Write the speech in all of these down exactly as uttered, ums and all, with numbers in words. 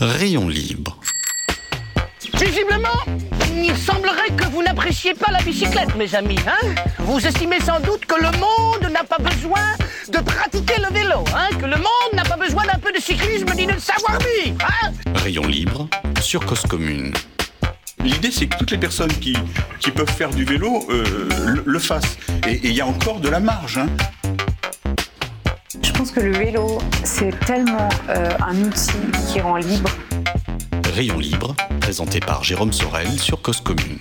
Rayon libre. Visiblement, il semblerait que vous n'appréciez pas la bicyclette, mes amis. Hein vous estimez sans doute que le monde n'a pas besoin de pratiquer le vélo, hein que le monde n'a pas besoin d'un peu de cyclisme ni de savoir-vivre. Hein Rayon libre sur Cause Commune. L'idée, c'est que toutes les personnes qui, qui peuvent faire du vélo euh, le, le fassent. Et il y a encore de la marge. Hein. Je pense que le vélo, c'est tellement euh, un outil qui rend libre. Rayon libre, présenté par Jérôme Sorel sur Cause Commune.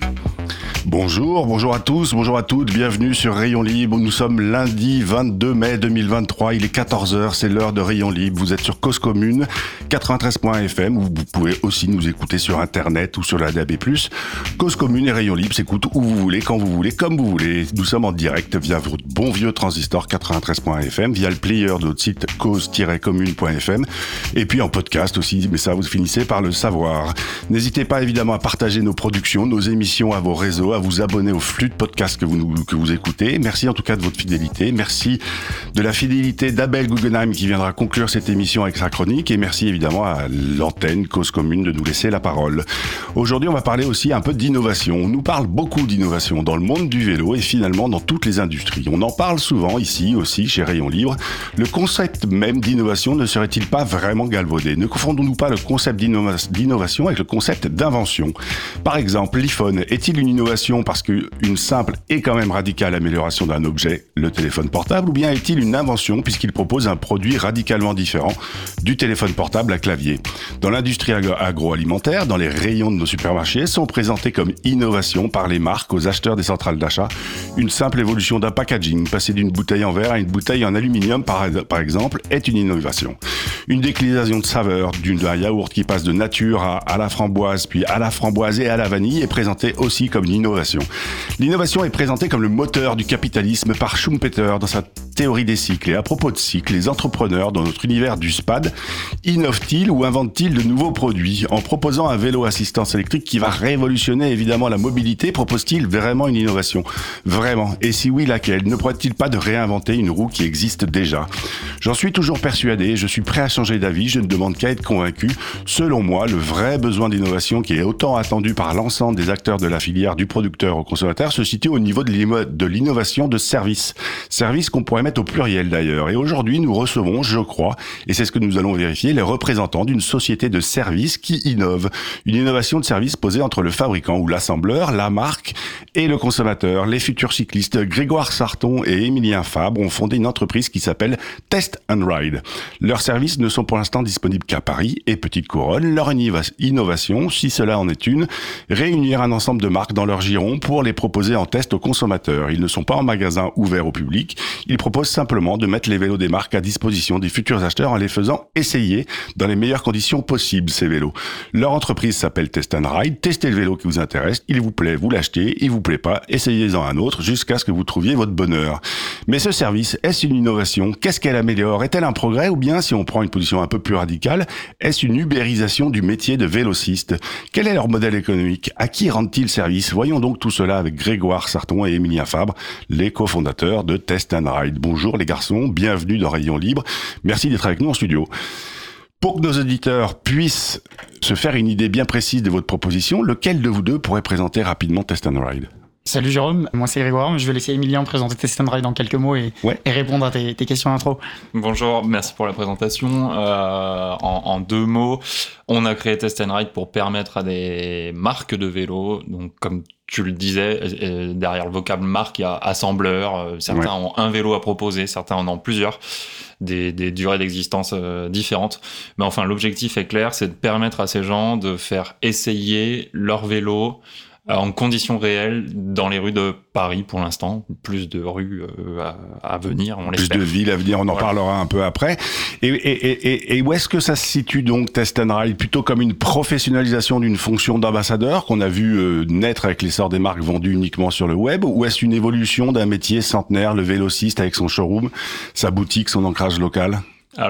Bonjour, bonjour à tous, bonjour à toutes, bienvenue sur Rayon Libre. Nous sommes lundi vingt-deux mai deux mille vingt-trois, il est quatorze heures, c'est l'heure de Rayon Libre. Vous êtes sur Cause Commune, quatre-vingt-treize point F M, où vous pouvez aussi nous écouter sur Internet ou sur la D A B plus. Cause Commune et Rayon Libre s'écoutent où vous voulez, quand vous voulez, comme vous voulez. Nous sommes en direct via votre bon vieux transistor quatre-vingt-treize point F M, via le player de notre site cause tiret commune point F M, et puis en podcast aussi, mais ça vous finissez par le savoir. N'hésitez pas évidemment à partager nos productions, nos émissions à vos réseaux, à vous abonner au flux de podcasts que vous, nous, que vous écoutez. Merci en tout cas de votre fidélité. Merci de la fidélité d'Abel Guggenheim qui viendra conclure cette émission avec sa chronique. Et merci évidemment à l'antenne Cause Commune de nous laisser la parole. Aujourd'hui, on va parler aussi un peu d'innovation. On nous parle beaucoup d'innovation dans le monde du vélo et finalement dans toutes les industries. On en parle souvent ici aussi chez Rayon Libre. Le concept même d'innovation ne serait-il pas vraiment galvaudé? Ne confondons-nous pas le concept d'innova- d'innovation avec le concept d'invention. Par exemple, l'iPhone est-il une innovation parce qu'une simple et quand même radicale amélioration d'un objet, le téléphone portable, ou bien est-il une invention puisqu'il propose un produit radicalement différent du téléphone portable à clavier? Dans l'industrie agro- agroalimentaire, dans les rayons de nos supermarchés, sont présentés comme innovation par les marques aux acheteurs des centrales d'achat une simple évolution d'un packaging, passer d'une bouteille en verre à une bouteille en aluminium par, par exemple, est une innovation. Une déclinaison de saveur d'une, d'un yaourt qui passe de nature à, à la framboise, puis à la framboise et à la vanille est présentée aussi comme une innovation. L'innovation est présentée comme le moteur du capitalisme par Schumpeter dans sa théorie des cycles. Et à propos de cycles, les entrepreneurs dans notre univers du S P A D innovent-ils ou inventent-ils de nouveaux produits? En proposant un vélo assistance électrique qui va révolutionner évidemment la mobilité, propose-t-il vraiment une innovation? Vraiment. Et si oui, laquelle? Ne pourrait-il pas de réinventer une roue qui existe déjà? J'en suis toujours persuadé, je suis prêt à changer d'avis, je ne demande qu'à être convaincu. Selon moi, le vrai besoin d'innovation qui est autant attendu par l'ensemble des acteurs de la filière du producteur au consommateur se situe au niveau de, l'imo- de l'innovation de service. Service qu'on pourrait mettre au pluriel d'ailleurs. Et aujourd'hui, nous recevons, je crois, et c'est ce que nous allons vérifier, les représentants d'une société de service qui innove. Une innovation de service posée entre le fabricant ou l'assembleur, la marque et le consommateur. Les futurs cyclistes Grégoire Sarton et Émilien Fabre ont fondé une entreprise qui s'appelle Test and Ride. Leurs services ne sont pour l'instant disponibles qu'à Paris et Petite Couronne. Leur innovation, si cela en est une, réunir un ensemble de marques dans leur giron pour les proposer en test aux consommateurs. Ils ne sont pas en magasin ouvert au public. Ils proposent simplement de mettre les vélos des marques à disposition des futurs acheteurs en les faisant essayer dans les meilleures conditions possibles, ces vélos. Leur entreprise s'appelle Test and Ride. Testez le vélo qui vous intéresse. Il vous plaît, vous l'achetez. Il vous plaît pas, essayez-en un autre jusqu'à ce que vous trouviez votre bonheur. Mais ce service, est-ce une innovation? Qu'est-ce qu'elle améliore? Est-elle un progrès? Ou bien, si on prend une position un peu plus radicale, est-ce une ubérisation du métier de vélociste? Quel est leur modèle économique? À qui rendent-ils service? Voyons donc tout cela avec Grégoire Sarton et Émilien Fabre, les cofondateurs de Test and Ride. Bonjour les garçons, bienvenue dans Rayon Libre. Merci d'être avec nous en studio. Pour que nos auditeurs puissent se faire une idée bien précise de votre proposition, lequel de vous deux pourrait présenter rapidement Test and Ride? Salut Jérôme, moi c'est Grégoire, je vais laisser Émilien présenter Test and Ride en quelques mots et, ouais. et répondre à tes, tes questions d'intro. Bonjour, merci pour la présentation. Euh, en, en deux mots, on a créé Test and Ride pour permettre à des marques de vélos, donc comme tu le disais, euh, derrière le vocable marque, il y a assembleur, euh, certains ouais. ont un vélo à proposer, certains en ont plusieurs, des, des durées d'existence euh, différentes. Mais enfin, l'objectif est clair, c'est de permettre à ces gens de faire essayer leur vélo en conditions réelles dans les rues de Paris pour l'instant, plus de rues euh, à, à venir, on l'espère. Plus de villes à venir, on en voilà. parlera un peu après. Et, et, et, et où est-ce que ça se situe donc, Test and Ride? Plutôt comme une professionnalisation d'une fonction d'ambassadeur qu'on a vu euh, naître avec l'essor des marques vendues uniquement sur le web, ou est-ce une évolution d'un métier centenaire, le vélociste avec son showroom, sa boutique, son ancrage local? Alors, je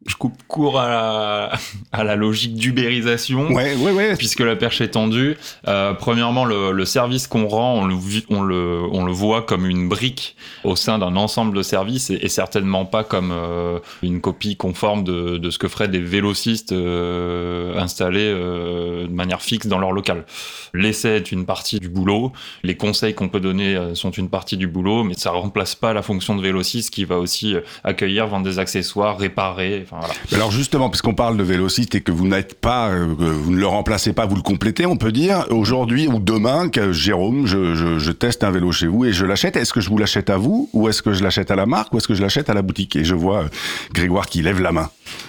je coupe court à la, à la logique d'ubérisation, ouais, ouais, ouais. puisque la perche est tendue. Euh, premièrement, le, le service qu'on rend, on le, on, le, on le voit comme une brique au sein d'un ensemble de services et, et certainement pas comme euh, une copie conforme de, de ce que feraient des vélocistes euh, installés euh, de manière fixe dans leur local. L'essai est une partie du boulot, les conseils qu'on peut donner sont une partie du boulot, mais ça remplace pas la fonction de vélociste qui va aussi accueillir, vendre des accessoires, réparer. Enfin, voilà. Alors justement, puisqu'on parle de vélociste et que vous n'êtes pas, euh, vous ne le remplacez pas, vous le complétez, on peut dire aujourd'hui ou demain que Jérôme, je, je, je teste un vélo chez vous et je l'achète. Est-ce que je vous l'achète à vous ou est-ce que je l'achète à la marque ou est-ce que je l'achète à la boutique? Et je vois euh, Grégoire qui lève la main.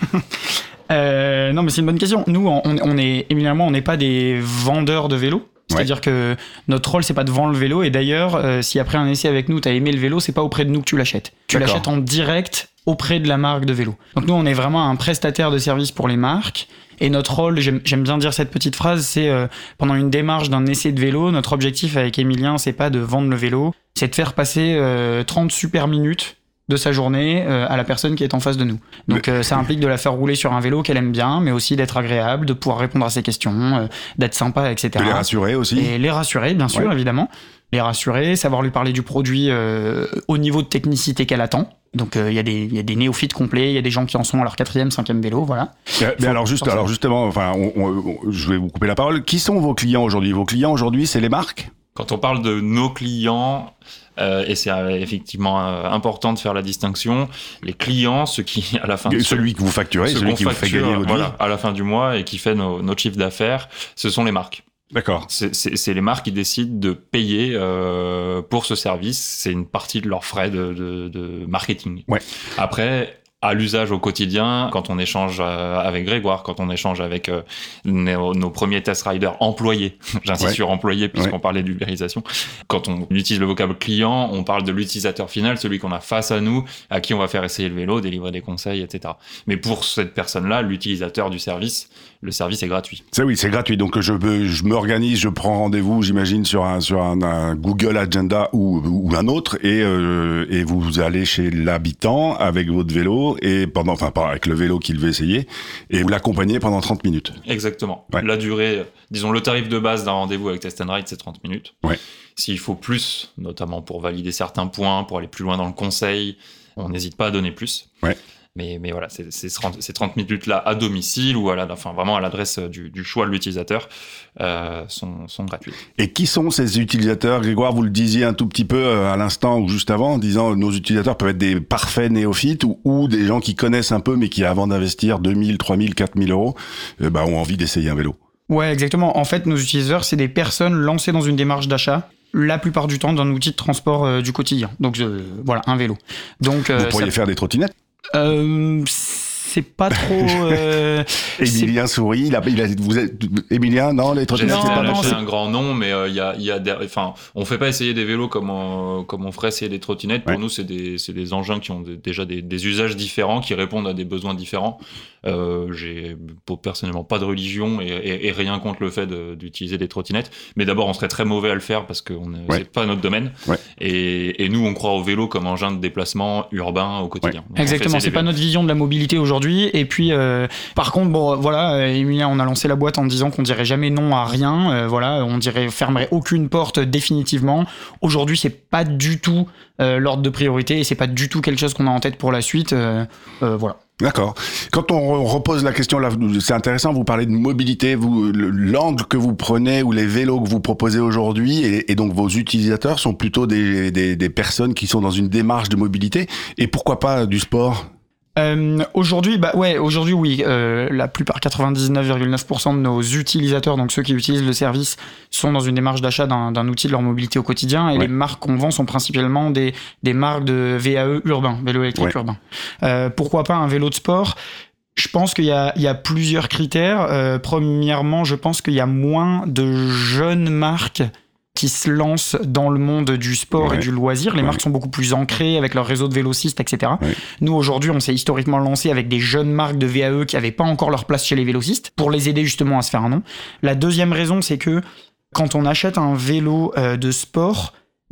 euh, non, mais c'est une bonne question. Nous, on, on est éminemment, on n'est pas des vendeurs de vélos. C'est-à-dire ouais. que notre rôle, c'est pas de vendre le vélo. Et d'ailleurs, euh, si après un essai avec nous, t'as aimé le vélo, c'est pas auprès de nous que tu l'achètes. Tu D'accord. l'achètes en direct auprès de la marque de vélo. Donc nous, on est vraiment un prestataire de service pour les marques. Et notre rôle, j'aime, j'aime bien dire cette petite phrase, c'est euh, pendant une démarche d'un essai de vélo, notre objectif avec Emilien, c'est pas de vendre le vélo, c'est de faire passer euh, trente super minutes de sa journée euh, à la personne qui est en face de nous. Donc euh, ça implique de la faire rouler sur un vélo qu'elle aime bien, mais aussi d'être agréable, de pouvoir répondre à ses questions, euh, d'être sympa, et cetera. De les rassurer aussi. Et les rassurer, bien sûr, ouais. évidemment. Les rassurer, savoir lui parler du produit euh, au niveau de technicité qu'elle attend. Donc il euh, y, y a des néophytes complets, il y a des gens qui en sont à leur quatrième, cinquième vélo, voilà. Mais, mais alors, juste, alors justement, enfin, on, on, on, je vais vous couper la parole. Qui sont vos clients aujourd'hui? Vos clients aujourd'hui, c'est les marques? Quand on parle de nos clients, euh, et c'est euh, effectivement euh, important de faire la distinction, les clients, ceux qui, à la fin... Celui ceux, que vous facturez, celui qui vous fait gagner votre voilà, vie. À la fin du mois et qui fait nos, notre chiffre d'affaires, ce sont les marques. D'accord. C'est, c'est, c'est les marques qui décident de payer euh, pour ce service. C'est une partie de leurs frais de, de, de marketing. Ouais. Après... à l'usage au quotidien, quand on échange avec Grégoire, quand on échange avec euh, nos, nos premiers test riders employés, j'insiste ouais. sur employés puisqu'on ouais. parlait d'ubérisation, quand on utilise le vocable client, on parle de l'utilisateur final, celui qu'on a face à nous, à qui on va faire essayer le vélo, délivrer des conseils, et cetera. Mais pour cette personne-là, l'utilisateur du service, le service est gratuit. C'est oui, c'est gratuit. Donc je, je m'organise, je prends rendez-vous, j'imagine, sur un, sur un, un Google Agenda ou, ou un autre, et, euh, et vous allez chez l'habitant avec votre vélo, et pendant, enfin, pas avec le vélo qu'il veut essayer, et vous l'accompagnez pendant trente minutes. Exactement. Ouais. La durée, disons, le tarif de base d'un rendez-vous avec Test and Ride, c'est trente minutes. Ouais. S'il faut plus, notamment pour valider certains points, pour aller plus loin dans le conseil, on n'hésite pas à donner plus. Ouais. Mais, mais voilà, c'est, c'est trente, ces trente minutes-là à domicile ou à la, enfin, vraiment à l'adresse du, du choix de l'utilisateur euh, sont, sont gratuites. Et qui sont ces utilisateurs? Grégoire, vous le disiez un tout petit peu à l'instant ou juste avant, en disant nos utilisateurs peuvent être des parfaits néophytes ou, ou des gens qui connaissent un peu mais qui, avant d'investir deux mille, trois mille, quatre mille euros, euh, bah, ont envie d'essayer un vélo. Ouais, exactement. En fait, nos utilisateurs, c'est des personnes lancées dans une démarche d'achat, la plupart du temps d'un outil de transport euh, du quotidien. Donc euh, voilà, un vélo. Donc, euh, vous pourriez ça... faire des trottinettes? Euh, c'est pas trop. Euh, Emilien sourit. Il a, il a, vous êtes, Emilien, non, les trottinettes, c'est pas non, non, c'est c'est un grand nom, mais il euh, y a, y a des, enfin, on fait pas essayer des vélos comme on, comme on ferait essayer des trottinettes. Ouais. Pour nous, c'est des, c'est des engins qui ont des, déjà des, des usages différents, qui répondent à des besoins différents. Euh, j'ai personnellement pas de religion et, et, et rien contre le fait de, d'utiliser des trottinettes. Mais d'abord, on serait très mauvais à le faire parce que on est, ouais. c'est pas notre domaine. Ouais. Et, et nous, on croit au vélo comme engin de déplacement urbain au quotidien. Ouais. Exactement. C'est pas notre vision de la mobilité aujourd'hui. Et puis, euh, par contre, bon, voilà, Emilien, on a lancé la boîte en disant qu'on dirait jamais non à rien. Euh, voilà, on dirait fermerait aucune porte définitivement. Aujourd'hui, c'est pas du tout euh, l'ordre de priorité et c'est pas du tout quelque chose qu'on a en tête pour la suite. Euh, euh, voilà. D'accord. Quand on repose la question là, c'est intéressant, vous parlez de mobilité, vous, l'angle que vous prenez ou les vélos que vous proposez aujourd'hui, et, et donc vos utilisateurs sont plutôt des, des, des personnes qui sont dans une démarche de mobilité, et pourquoi pas du sport? Euh, aujourd'hui, bah ouais, aujourd'hui oui, euh, la plupart, quatre-vingt-dix-neuf virgule neuf pour cent de nos utilisateurs, donc ceux qui utilisent le service, sont dans une démarche d'achat d'un, d'un outil de leur mobilité au quotidien, et ouais. les marques qu'on vend sont principalement des, des marques de V A E urbain, vélo électrique ouais. urbain. Euh, pourquoi pas un vélo de sport? Je pense qu'il y a, il y a plusieurs critères. Euh, premièrement, je pense qu'il y a moins de jeunes marques qui se lancent dans le monde du sport ouais. et du loisir. Les ouais. marques sont beaucoup plus ancrées avec leur réseau de vélocistes, et cetera. Ouais. Nous, aujourd'hui, on s'est historiquement lancé avec des jeunes marques de V A E qui n'avaient pas encore leur place chez les vélocistes pour les aider justement à se faire un nom. La deuxième raison, c'est que quand on achète un vélo euh, de sport, il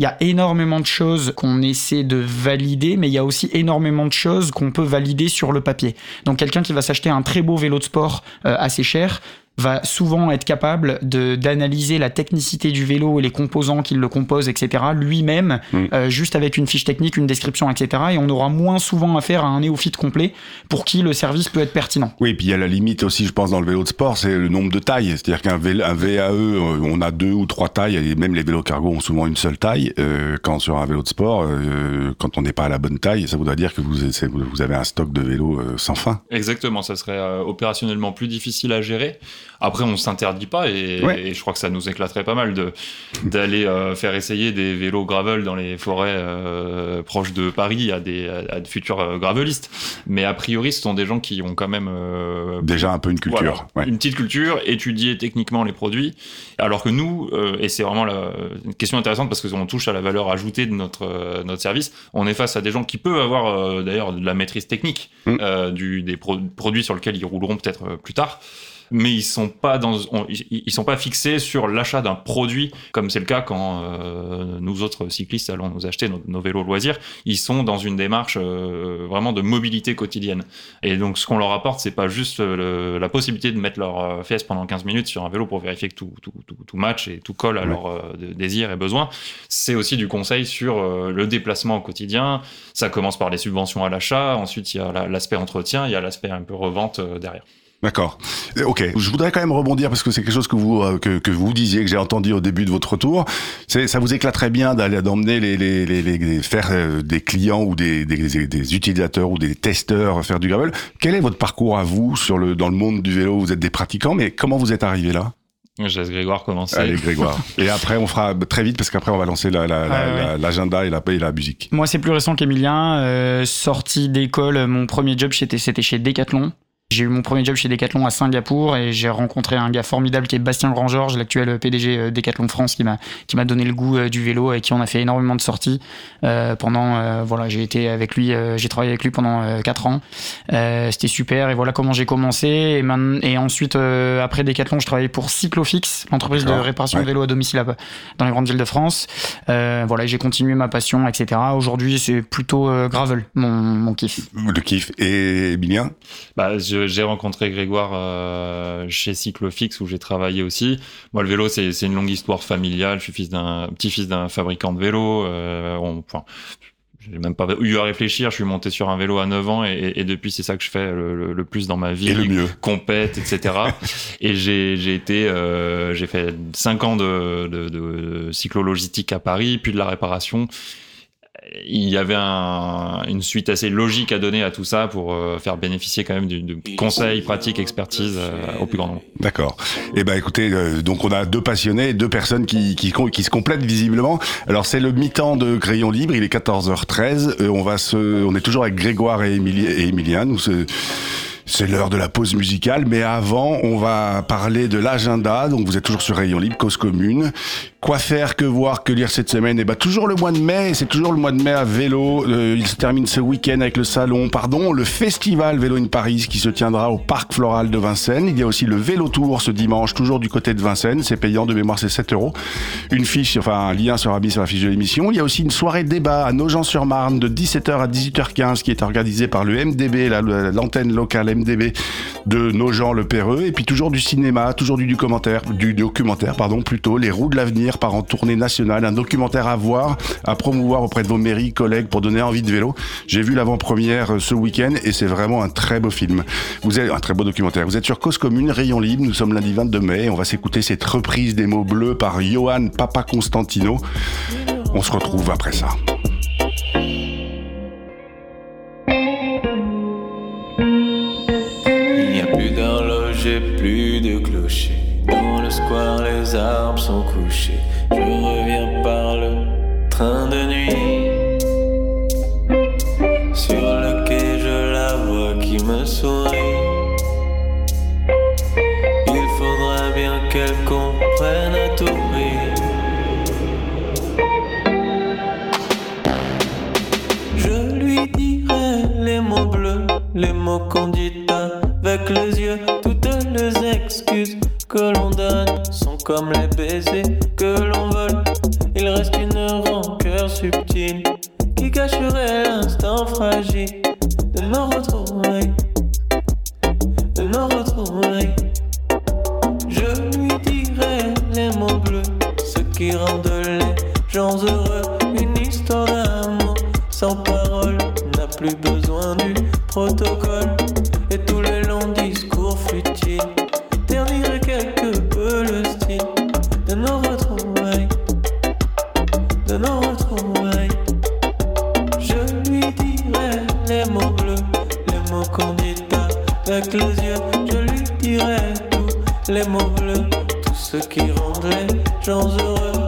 il y a énormément de choses qu'on essaie de valider, mais il y a aussi énormément de choses qu'on peut valider sur le papier. Donc quelqu'un qui va s'acheter un très beau vélo de sport euh, assez cher va souvent être capable de, d'analyser la technicité du vélo et les composants qui le composent, et cetera, lui-même, mmh. euh, juste avec une fiche technique, une description, et cetera. Et on aura moins souvent affaire à un néophyte complet pour qui le service peut être pertinent. Oui, et puis il y a la limite aussi, je pense, dans le vélo de sport, c'est le nombre de tailles. C'est-à-dire qu'un v- un V A E, on a deux ou trois tailles, et même les vélos cargo ont souvent une seule taille. Euh, quand sur un vélo de sport, euh, quand on n'est pas à la bonne taille, ça voudrait dire que vous, vous avez un stock de vélos euh, sans fin. Exactement, ça serait euh, opérationnellement plus difficile à gérer. Après, on s'interdit pas et, ouais. et je crois que ça nous éclaterait pas mal de, d'aller euh, faire essayer des vélos gravel dans les forêts euh, proches de Paris à des, à de futurs euh, gravelistes. Mais a priori, ce sont des gens qui ont quand même... Euh, déjà un peu une culture. Voilà, ouais. Une petite culture, étudier techniquement les produits. Alors que nous, euh, et c'est vraiment la, une question intéressante parce qu'on touche à la valeur ajoutée de notre, euh, notre service, on est face à des gens qui peuvent avoir euh, d'ailleurs de la maîtrise technique mmh. euh, du, des pro- produits sur lesquels ils rouleront peut-être euh, plus tard. Mais ils sont pas dans, on, ils, ils sont pas fixés sur l'achat d'un produit, comme c'est le cas quand euh, nous autres cyclistes allons nous acheter nos, nos vélos loisirs. Ils sont dans une démarche euh, vraiment de mobilité quotidienne. Et donc, ce qu'on leur apporte, c'est pas juste le, la possibilité de mettre leur fesses pendant quinze minutes sur un vélo pour vérifier que tout, tout, tout, tout match et tout colle à ouais. leurs euh, désirs et besoins. C'est aussi du conseil sur euh, le déplacement au quotidien. Ça commence par les subventions à l'achat. Ensuite, il y a la, l'aspect entretien. Il y a l'aspect un peu revente euh, derrière. D'accord. Ok. Je voudrais quand même rebondir parce que c'est quelque chose que vous euh, que, que vous disiez, que j'ai entendu au début de votre retour. C'est ça vous éclaterait bien d'aller d'emmener les les les, les, les faire euh, des clients ou des, des des utilisateurs ou des testeurs faire du gravel. Quel est votre parcours à vous sur le dans le monde du vélo? Vous êtes des pratiquants, mais comment vous êtes arrivé là? Je laisse Grégoire commencer. Allez, Grégoire. Et après, on fera très vite parce qu'après, on va lancer la, la, ah, la, ouais. la, l'agenda et la, et la musique. Moi, c'est plus récent qu'Emilien. Euh, sortie d'école, mon premier job, c'était, c'était chez Decathlon. J'ai eu mon premier job chez Decathlon à Singapour et j'ai rencontré un gars formidable qui est Bastien Grand-Georges, l'actuel P D G Decathlon France, qui m'a qui m'a donné le goût du vélo et qui on a fait énormément de sorties euh, pendant euh, voilà j'ai été avec lui euh, j'ai travaillé avec lui pendant euh, quatre ans. Euh, c'était super et voilà comment j'ai commencé et, man, et ensuite euh, après Decathlon je travaillais pour Cyclofix, l'entreprise D'accord. de réparation ouais. de vélo à domicile à, dans les grandes villes de France. Euh, voilà j'ai continué ma passion et cetera. Aujourd'hui c'est plutôt euh, gravel mon mon kiff. Le kiff. Et Emilien? Bah je j'ai rencontré Grégoire euh, chez Cyclofix où j'ai travaillé aussi. Moi, le vélo, c'est, c'est une longue histoire familiale. Je suis fils d'un petit-fils d'un fabricant de vélo. Euh, on, enfin, j'ai même pas eu à réfléchir. Je suis monté sur un vélo à neuf ans et, et depuis, c'est ça que je fais le, le, le plus dans ma vie. Et le mieux. Compète, et cetera. Et j'ai, j'ai été, euh, j'ai fait cinq ans de, de, de cyclo-logistique à Paris, puis de la réparation. Il y avait un, une suite assez logique à donner à tout ça pour euh, faire bénéficier quand même de, de conseils, pratiques, expertise euh, au plus grand nombre. D'accord. Eh ben écoutez, euh, donc on a deux passionnés, deux personnes qui, qui, qui se complètent visiblement. Alors c'est le mi-temps de Rayon Libre, il est quatorze heures treize. Euh, on va se, on est toujours avec Grégoire et, Émilie, et Emilien. Nous se, C'est l'heure de la pause musicale, mais avant, on va parler de l'agenda. Donc, vous êtes toujours sur Rayon Libre, Cause Commune. Quoi faire, que voir, que lire cette semaine? Eh ben, toujours le mois de mai. C'est toujours le mois de mai à vélo. Euh, il se termine ce week-end avec le salon, pardon, le festival Vélo in Paris qui se tiendra au Parc Floral de Vincennes. Il y a aussi le Vélo Tour ce dimanche, toujours du côté de Vincennes. C'est payant, de mémoire, c'est sept euros. Une fiche, enfin, un lien sera mis sur la fiche de l'émission. Il y a aussi une soirée débat à Nogent-sur-Marne de dix-sept heures à dix-huit heures quinze qui est organisée par le M D B, la, l'antenne locale M D B de Nogent-le-Péreux. Et puis toujours du cinéma, toujours du documentaire, du documentaire, pardon, plutôt, Les Roues de l'avenir part en tournée nationale, un documentaire à voir, à promouvoir auprès de vos mairies, collègues, pour donner envie de vélo. J'ai vu l'avant-première ce week-end et c'est vraiment un très beau film. Vous êtes un très beau documentaire. Vous êtes sur Cause Commune, Rayon Libre. Nous sommes lundi vingt-deux mai et on va s'écouter cette reprise des mots bleus par Johan Papa Constantino. On se retrouve après ça. Il n'y a plus d'horloge et plus de clocher. Dans le square, les arbres sont couchés. Je reviens par le train de nuit. Sur le quai, je la vois qui me sourit. Il faudra bien qu'elle comprenne à tout prix. Je lui dirai les mots bleus, les mots qu'on dit avec les yeux. Toutes les excuses que l'on donne sont comme les baisers que l'on vole. Il reste une rampe futile qui cacherait l'instant fragile de nos retrouvailles, de nos retrouvailles. Je lui dirai les mots bleus, ceux qui rendent les gens heureux. Une histoire d'amour sans parole n'a plus besoin du protocole. Et tous les longs discours futiles terniraient quelque peu le style de nos retrouvailles, de nos retrouvailles. Je lui dirai les mots bleus, les mots qu'on dit avec les yeux. Je lui dirai tous les mots bleus, tous ceux qui rendent les gens heureux.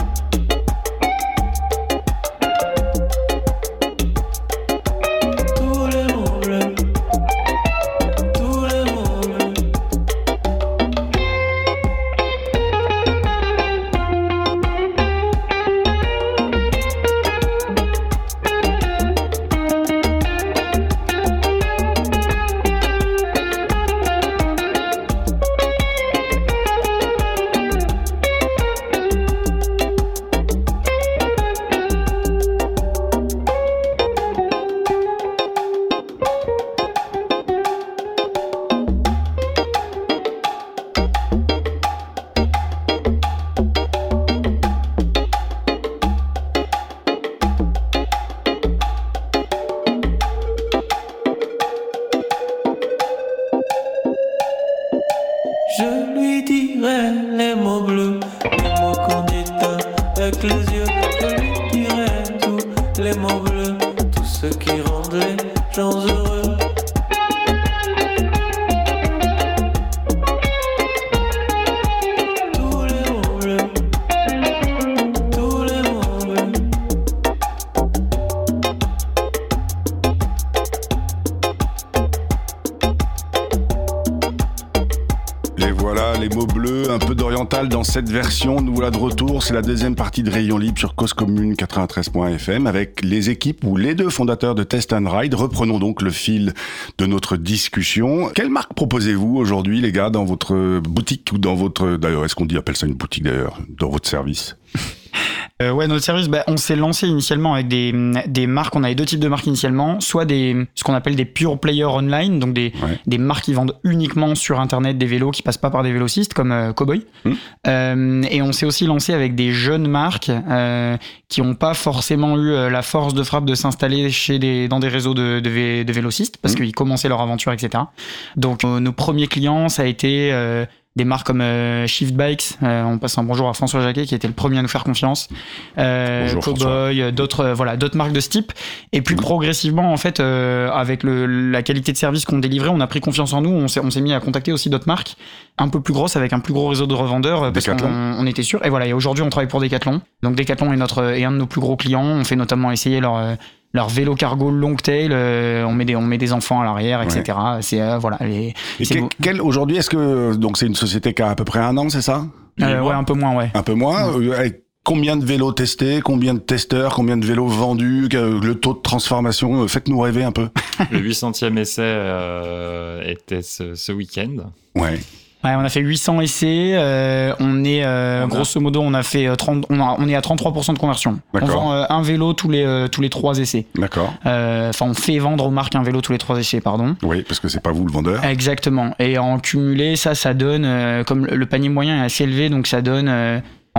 Tous les mots bleus, tous les mots bleus. Je lui dirai les mots bleus, les mots qu'on dit avec les yeux. Je lui dirai tous les mots bleus, tous ceux qui rendent les gens heureux. Tous les mots bleus, tous les mots bleus. Et voilà, les mots bleus, un peu d'oriental dans cette version. Nous voilà de retour, c'est la deuxième partie de Rayon Libre sur Cause Commune quatre-vingt-treize point F M avec les équipes ou les deux fondateurs de Test and Ride. Reprenons donc le fil de notre discussion. Quelle marque proposez-vous aujourd'hui, les gars, dans votre boutique ou dans votre... D'ailleurs, est-ce qu'on dit, appelle ça une boutique d'ailleurs, dans votre service ? Euh, ouais, notre service, bah, on s'est lancé initialement avec des, des marques. On avait deux types de marques initialement, soit des, ce qu'on appelle des pure players online, donc des, Ouais. des marques qui vendent uniquement sur Internet des vélos qui passent pas par des vélocistes, comme euh, Cowboy. Mmh. Euh, et on s'est aussi lancé avec des jeunes marques euh, qui n'ont pas forcément eu euh, la force de frappe de s'installer chez des, dans des réseaux de, de, vé, de vélocistes, parce Mmh. qu'ils commençaient leur aventure, et cetera. Donc euh, nos premiers clients, ça a été... Euh, des marques comme euh, Shift Bikes, euh, on passe un bonjour à François Jacquet qui était le premier à nous faire confiance, euh, Bonjour, Cowboy, euh, d'autres, euh, voilà, d'autres marques de ce type. Et puis progressivement, en fait, euh, avec le, la qualité de service qu'on délivrait, on a pris confiance en nous, on s'est, on s'est mis à contacter aussi d'autres marques un peu plus grosses avec un plus gros réseau de revendeurs euh, parce Decathlon. qu'on on était sûr. Et voilà, et aujourd'hui on travaille pour Decathlon. Donc Decathlon est notre est un de nos plus gros clients. On fait notamment essayer leur euh, leur vélo cargo long tail, euh, on met des on met des enfants à l'arrière, et cetera. C'est euh, voilà. Les, Et c'est que- beau. quel, aujourd'hui, est-ce que... Donc c'est une société qui a à peu près un an, c'est ça ? Euh, ouais, un peu moins, ouais. Un peu moins. Euh, avec combien de vélos testés, combien de testeurs, combien de vélos vendus, que- le taux de transformation, euh, faites-nous rêver un peu. Le huit centième essai euh, était ce, ce week-end. Ouais. Ouais, on a fait huit cents essais. Euh, on est euh, On a- grosso modo, on a fait euh, trente. On, a- on est à trente-trois pour cent de conversion. On D'accord. vend euh, un vélo tous les euh, tous les trois essais. D'accord. Euh, Enfin, on fait vendre aux marques un vélo tous les trois essais, pardon. Oui, parce que c'est pas vous le vendeur. Exactement. Et en cumulé, ça, ça donne euh, comme le panier moyen est assez élevé, donc ça donne euh,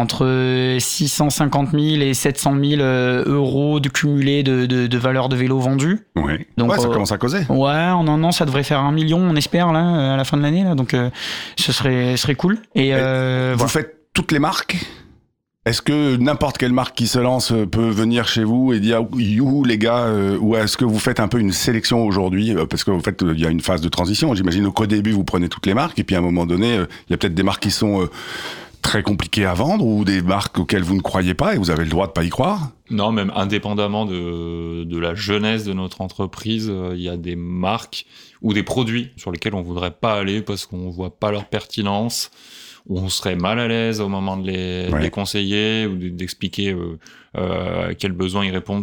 entre six cent cinquante mille et sept cent mille euh, euros de cumulé de, de, de valeur de vélo vendu. Oui. Donc, ouais, ça euh, commence à causer. Ouais, en un an, ça devrait faire un million, on espère, là, à la fin de l'année, là. Donc, euh, ce serait, ce serait cool. Et, euh, Vous voilà. faites toutes les marques ? Est-ce que n'importe quelle marque qui se lance euh, peut venir chez vous et dire youhou les gars, euh, ou est-ce que vous faites un peu une sélection aujourd'hui, euh, parce qu'en fait il y a une phase de transition. J'imagine qu'au début vous prenez toutes les marques et puis à un moment donné euh, il y a peut-être des marques qui sont euh, très compliquées à vendre ou des marques auxquelles vous ne croyez pas et vous avez le droit de pas y croire. Non, même indépendamment de, de la jeunesse de notre entreprise, euh, il y a des marques ou des produits sur lesquels on voudrait pas aller parce qu'on voit pas leur pertinence, où on serait mal à l'aise au moment de les, Ouais. de les conseiller ou de- d'expliquer euh, euh, à quels besoins ils répondent.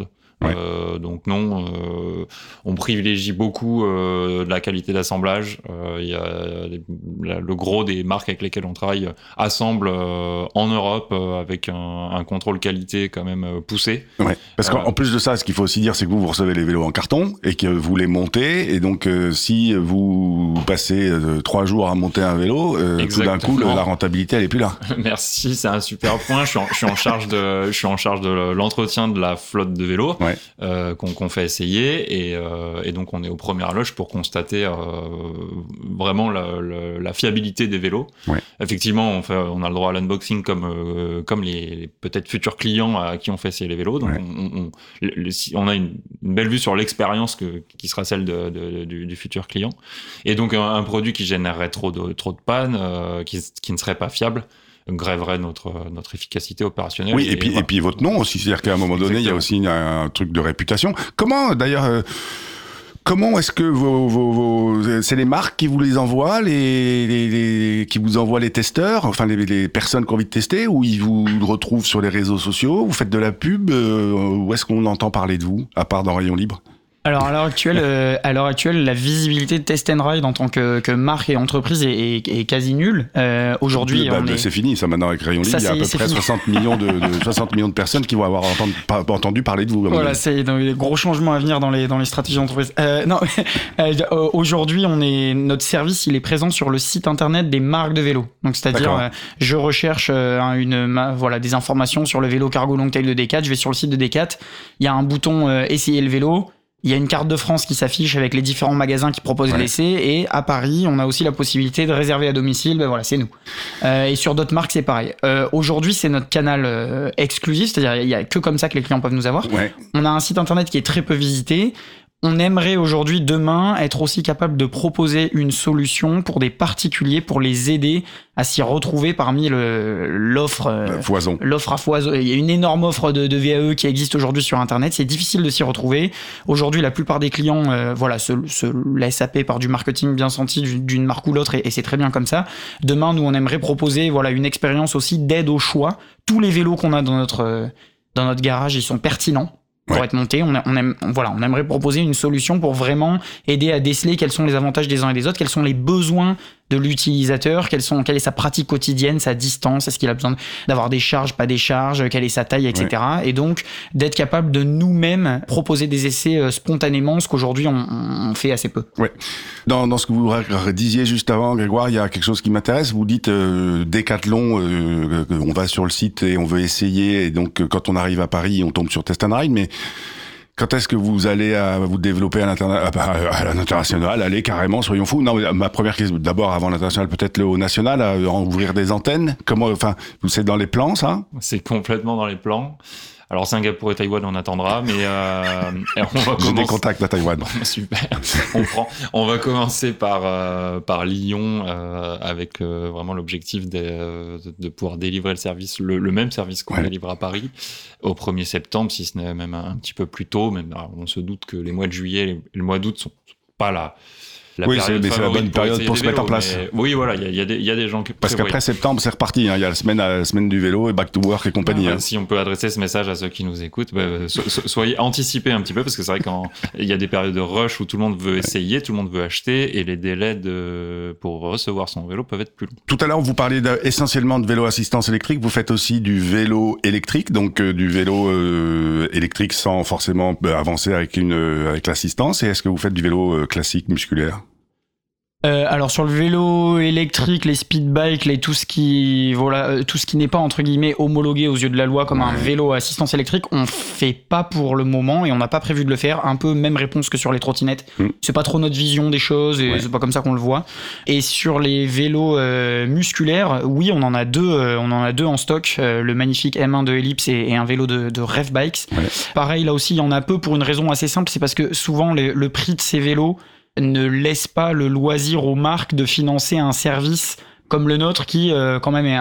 Ouais. Euh, donc non, euh, on privilégie beaucoup euh, la qualité d'assemblage. Euh, y a la, le gros des marques avec lesquelles on travaille assemblent euh, en Europe euh, avec un, un contrôle qualité quand même euh, poussé. Ouais. Parce qu'en Euh, plus de ça, ce qu'il faut aussi dire, c'est que vous, vous recevez les vélos en carton et que vous les montez. Et donc, euh, si vous passez euh, trois jours à monter un vélo, euh, tout d'un coup, le, la rentabilité, elle est plus là. Merci, c'est un super point. Je suis en, je suis en charge de, je suis en charge de l'entretien de la flotte de vélos Ouais. euh, qu'on qu'on fait essayer et, euh, et donc on est aux premières loges pour constater euh, vraiment la, la, la fiabilité des vélos. Ouais. Effectivement, on fait, on a le droit à l'unboxing comme euh, comme les, les peut-être futurs clients à qui on fait essayer les vélos. Donc Ouais. on, on, le, si on a une, une belle vue sur l'expérience que qui sera celle de, de, du, du futur client. Et donc un, un produit qui générerait trop de trop de pannes, euh, qui qui ne serait pas fiable, grèverait notre notre efficacité opérationnelle. Oui, et, et puis voilà. et puis votre nom aussi, c'est-à-dire qu'à un moment donné, il y a aussi un, un truc de réputation. Comment, d'ailleurs, euh, comment est-ce que vos, vos, vos c'est les marques qui vous les envoient, les, les, les qui vous envoient les testeurs, enfin les, les personnes qui ont envie de tester, ou ils vous retrouvent sur les réseaux sociaux, vous faites de la pub, euh, où est-ce qu'on entend parler de vous, à part dans Rayon Libre? Alors à l'heure actuelle, euh, à l'heure actuelle, la visibilité de Test and Ride en tant que, que marque et entreprise est, est, est quasi nulle. Euh, aujourd'hui, bah, on bah, est... c'est fini, ça maintenant avec Rayon Libre, Ça, il y a à c'est- peu c'est près fini. soixante millions de, de soixante millions de personnes qui vont avoir entendu, pas, entendu parler de vous. à mon Voilà, avis. c'est dans les gros changements à venir dans les dans les stratégies d'entreprise. Euh, non, euh, aujourd'hui, on est notre service, il est présent sur le site internet des marques de vélo. Donc c'est-à-dire, D'accord. euh, je recherche euh, une ma- voilà des informations sur le vélo cargo Longtail de Decat. Je vais sur le site de Decat. Il y a un bouton euh, essayer le vélo. Il y a une carte de France qui s'affiche avec les différents magasins qui proposent Ouais. l'essai. Et à Paris, on a aussi la possibilité de réserver à domicile. Ben voilà, c'est nous. Euh, et sur d'autres marques, c'est pareil. Euh, aujourd'hui, c'est notre canal euh, exclusif. C'est-à-dire, il y a que comme ça que les clients peuvent nous avoir. Ouais. On a un site internet qui est très peu visité. On aimerait aujourd'hui, demain, être aussi capable de proposer une solution pour des particuliers, pour les aider à s'y retrouver parmi le, l'offre. euh, Foison. L'offre à foison. Il y a une énorme offre de, de V A E qui existe aujourd'hui sur Internet. C'est difficile de s'y retrouver. Aujourd'hui, la plupart des clients, euh, voilà, se, se laissent happer par du marketing bien senti d'une, d'une marque ou l'autre, et, et c'est très bien comme ça. Demain, nous, on aimerait proposer, voilà, une expérience aussi d'aide au choix. Tous les vélos qu'on a dans notre, euh, dans notre garage, ils sont pertinents pour Ouais. être montés. On, a- on aime, voilà, on aimerait proposer une solution pour vraiment aider à déceler quels sont les avantages des uns et des autres, quels sont les besoins de l'utilisateur, quelles sont, quelle est sa pratique quotidienne, sa distance, est-ce qu'il a besoin d'avoir des charges, pas des charges, quelle est sa taille, et cetera. Et donc, d'être capable de nous-mêmes proposer des essais euh, spontanément, ce qu'aujourd'hui on, on fait assez peu. Ouais. Dans, dans ce que vous ra- disiez juste avant, Grégoire, il y a quelque chose qui m'intéresse. Vous dites euh, Décathlon, euh, on va sur le site et on veut essayer. Et donc, euh, quand on arrive à Paris, on tombe sur Test and Ride. Mais quand est-ce que vous allez à, vous développer à, l'interna- à, à l'international? Allez, carrément, soyons fous. Non, mais ma première question, d'abord, avant l'international, peut-être le, au national, à, à ouvrir des antennes. Comment, enfin, c'est dans les plans, ça? C'est complètement dans les plans. Alors Singapour et Taïwan, on attendra, mais euh, et on va J'ai des commencer. contacts à Taïwan. Super. On prend. On va commencer par euh, par Lyon euh, avec euh, vraiment l'objectif de, euh, de pouvoir délivrer le service, le, le même service qu'on Ouais. délivre à Paris au premier septembre, si ce n'est même un, un petit peu plus tôt. Même alors, on se doute que les mois de juillet, et le mois d'août sont pas là. La Oui, période c'est- mais c'est la favorite bonne période essayer pour des se mettre en vélos, place. mais oui, voilà, il y a, il y, a des- il y a des gens qui Parce prévoient. qu'après septembre, c'est reparti. Hein. Il y a la semaine, à, la semaine du vélo et back to work et compagnie. Ah, hein. Si on peut adresser ce message à ceux qui nous écoutent, bah, so- so- soyez anticipés un petit peu parce que c'est vrai qu'il y a des périodes de rush où tout le monde veut essayer, tout le monde veut acheter et les délais de, pour recevoir son vélo peuvent être plus longs. Tout à l'heure, vous parliez de- essentiellement de vélo assistance électrique. Vous faites aussi du vélo électrique, donc euh, du vélo euh, électrique sans forcément euh, avancer avec une euh, avec l'assistance. Et est-ce que vous faites du vélo euh, classique musculaire? Euh, alors sur le vélo électrique, les speed bikes, les tout ce qui voilà, euh, tout ce qui n'est pas entre guillemets homologué aux yeux de la loi comme un vélo à assistance électrique, on fait pas pour le moment et on n'a pas prévu de le faire. Un peu même réponse que sur les trottinettes. Mm. C'est pas trop notre vision des choses et Ouais. c'est pas comme ça qu'on le voit. Et sur les vélos euh, musculaires, oui, on en a deux, euh, on en a deux en stock. Euh, le magnifique M un de Ellipse et, et un vélo de, de Rev Bikes. Ouais. Pareil, là aussi, il y en a peu pour une raison assez simple, c'est parce que souvent le, le prix de ces vélos ne laisse pas le loisir aux marques de financer un service comme le nôtre qui euh, quand même est un,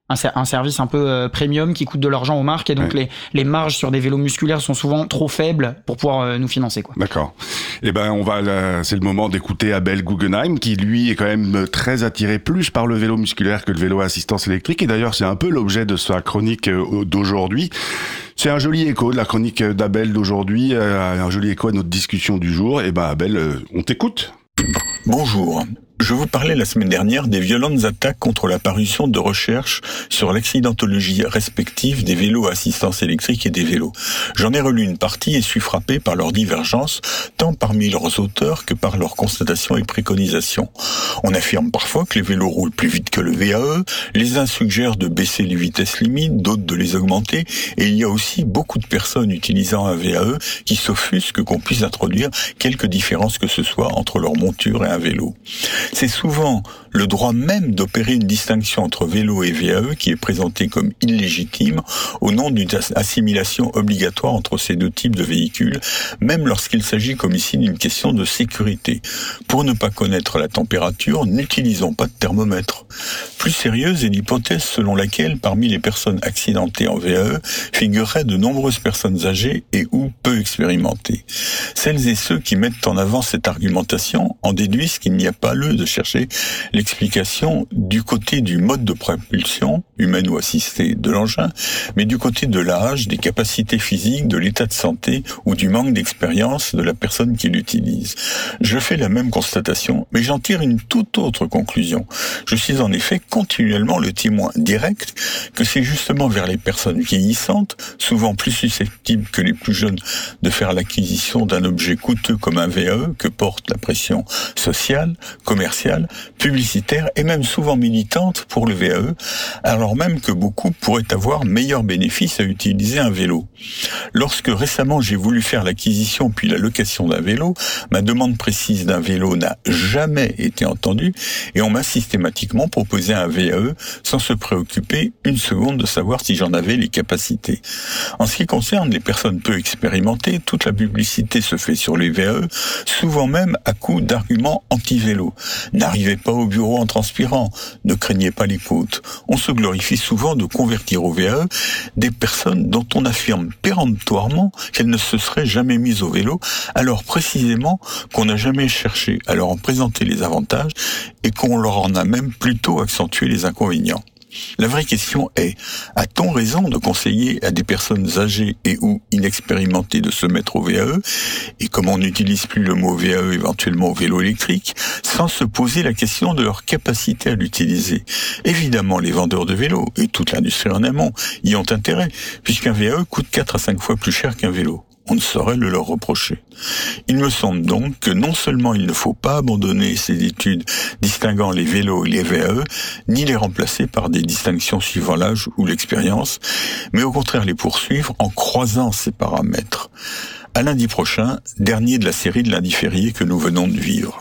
un, un service un peu euh, premium qui coûte de l'argent aux marques, et donc ouais. les, les marges sur des vélos musculaires sont souvent trop faibles pour pouvoir euh, nous financer, quoi. D'accord. Eh ben, on va, là, c'est le moment d'écouter Abel Guggenheim, qui lui est quand même très attiré plus par le vélo musculaire que le vélo à assistance électrique, et d'ailleurs c'est un peu l'objet de sa chronique d'aujourd'hui. C'est un joli écho de la chronique d'Abel d'aujourd'hui, euh, un joli écho à notre discussion du jour. Eh ben Abel, euh, on t'écoute. Bonjour. Je vous parlais la semaine dernière des violentes attaques contre la parution de recherches sur l'accidentologie respective des vélos à assistance électrique et des vélos. J'en ai relu une partie et suis frappé par leurs divergences, tant parmi leurs auteurs que par leurs constatations et préconisations. On affirme parfois que les vélos roulent plus vite que le V A E, les uns suggèrent de baisser les vitesses limites, d'autres de les augmenter, et il y a aussi beaucoup de personnes utilisant un V A E qui s'offusquent qu'on puisse introduire quelque différence que ce soit entre leur monture et un vélo. C'est souvent le droit même d'opérer une distinction entre vélo et V A E qui est présenté comme illégitime au nom d'une assimilation obligatoire entre ces deux types de véhicules, même lorsqu'il s'agit comme ici d'une question de sécurité. Pour ne pas connaître la température, n'utilisons pas de thermomètre. Plus sérieuse est l'hypothèse selon laquelle parmi les personnes accidentées en V A E figureraient de nombreuses personnes âgées et ou peu expérimentées. Celles et ceux qui mettent en avant cette argumentation en déduisent qu'il n'y a pas lieu de chercher l'explication du côté du mode de propulsion, humaine ou assistée, de l'engin, mais du côté de l'âge, des capacités physiques, de l'état de santé ou du manque d'expérience de la personne qui l'utilise. Je fais la même constatation, mais j'en tire une toute autre conclusion. Je suis en effet continuellement le témoin direct que c'est justement vers les personnes vieillissantes, souvent plus susceptibles que les plus jeunes de faire l'acquisition d'un objet coûteux comme un V A E, que porte la pression sociale, commerciale, publicitaire et même souvent militante pour le V A E, alors même que beaucoup pourraient avoir meilleur bénéfice à utiliser un vélo. Lorsque récemment j'ai voulu faire l'acquisition puis la location d'un vélo, ma demande précise d'un vélo n'a jamais été entendue et on m'a systématiquement proposé un V A E sans se préoccuper une seconde de savoir si j'en avais les capacités. En ce qui concerne les personnes peu expérimentées, toute la publicité se fait sur les V A E, souvent même à coup d'arguments anti-vélo. N'arrivez pas au bureau en transpirant, ne craignez pas les côtes. On se glorifie souvent de convertir au V A E des personnes dont on affirme péremptoirement qu'elles ne se seraient jamais mises au vélo, alors précisément qu'on n'a jamais cherché à leur en présenter les avantages et qu'on leur en a même plutôt accentué les inconvénients. La vraie question est, a-t-on raison de conseiller à des personnes âgées et ou inexpérimentées de se mettre au V A E, et comme on n'utilise plus le mot V A E éventuellement au vélo électrique, sans se poser la question de leur capacité à l'utiliser? Évidemment, les vendeurs de vélos, et toute l'industrie en amont, y ont intérêt, puisqu'un V A E coûte quatre à cinq fois plus cher qu'un vélo. On ne saurait le leur reprocher. Il me semble donc que non seulement il ne faut pas abandonner ces études distinguant les vélos et les V A E, ni les remplacer par des distinctions suivant l'âge ou l'expérience, mais au contraire les poursuivre en croisant ces paramètres. À lundi prochain, dernier de la série de lundi férié que nous venons de vivre.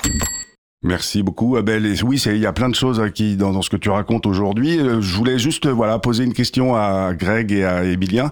Merci beaucoup, Abel. Et oui, c'est, il y a plein de choses qui, dans, dans ce que tu racontes aujourd'hui. Je voulais juste, voilà, poser une question à Greg et à Emilien.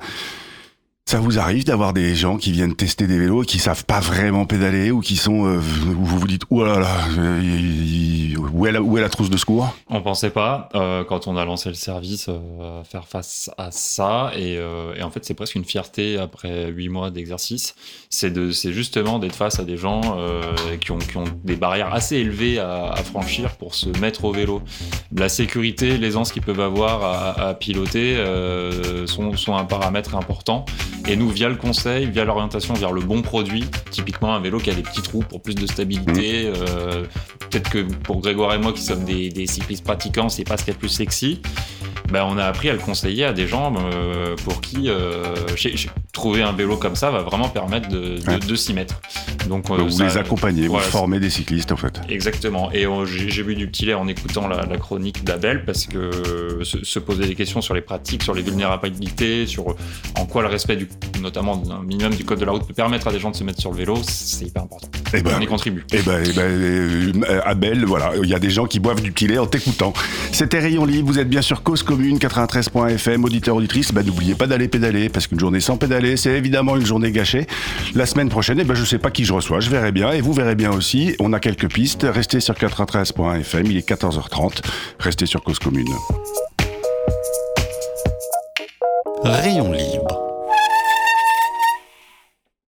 Ça vous arrive d'avoir des gens qui viennent tester des vélos et qui savent pas vraiment pédaler, ou qui sont, euh, où vous vous dites, oh là là, euh, où est la, où est la trousse de secours? On pensait pas, euh, quand on a lancé le service, euh, faire face à ça, et, euh, et en fait c'est presque une fierté après huit mois d'exercice. C'est de, c'est justement d'être face à des gens euh, qui ont, qui ont des barrières assez élevées à, à franchir pour se mettre au vélo. La sécurité, l'aisance qu'ils peuvent avoir à, à piloter euh, sont, sont un paramètre important. Et nous, via le conseil, via l'orientation vers le bon produit, typiquement un vélo qui a des petits trous pour plus de stabilité, euh, peut-être que pour Grégoire et moi qui sommes des, des cyclistes pratiquants, c'est pas ce qu'il y a de plus sexy, ben on a appris à le conseiller à des gens euh, pour qui euh, chez, chez, trouver un vélo comme ça va vraiment permettre de, de, ouais. de s'y mettre. Donc, euh, vous ça, les accompagnez, voilà, vous formez des cyclistes en fait. Exactement. Et euh, j'ai, j'ai bu du petit lait en écoutant la, la chronique d'Abel, parce que euh, se, se poser des questions sur les pratiques, sur les vulnérabilités, sur en quoi le respect du, notamment d'un minimum du code de la route peut permettre à des gens de se mettre sur le vélo, c'est hyper important. Et ben, on y contribue. Et ben, et ben euh, Abel, voilà, il y a des gens qui boivent du petit lait en t'écoutant. C'était Rayon Libre, vous êtes bien sûr Cause Commune, quatre-vingt-treize point F M, auditeur, auditrice, ben, n'oubliez pas d'aller pédaler, parce qu'une journée sans pédaler, c'est évidemment une journée gâchée. La semaine prochaine, eh ben, je sais pas qui je reçois, je verrai bien, et vous verrez bien aussi. On a quelques pistes, restez sur quatre-vingt-treize point F M, il est quatorze heures trente, restez sur Cause Commune. Rayon libre.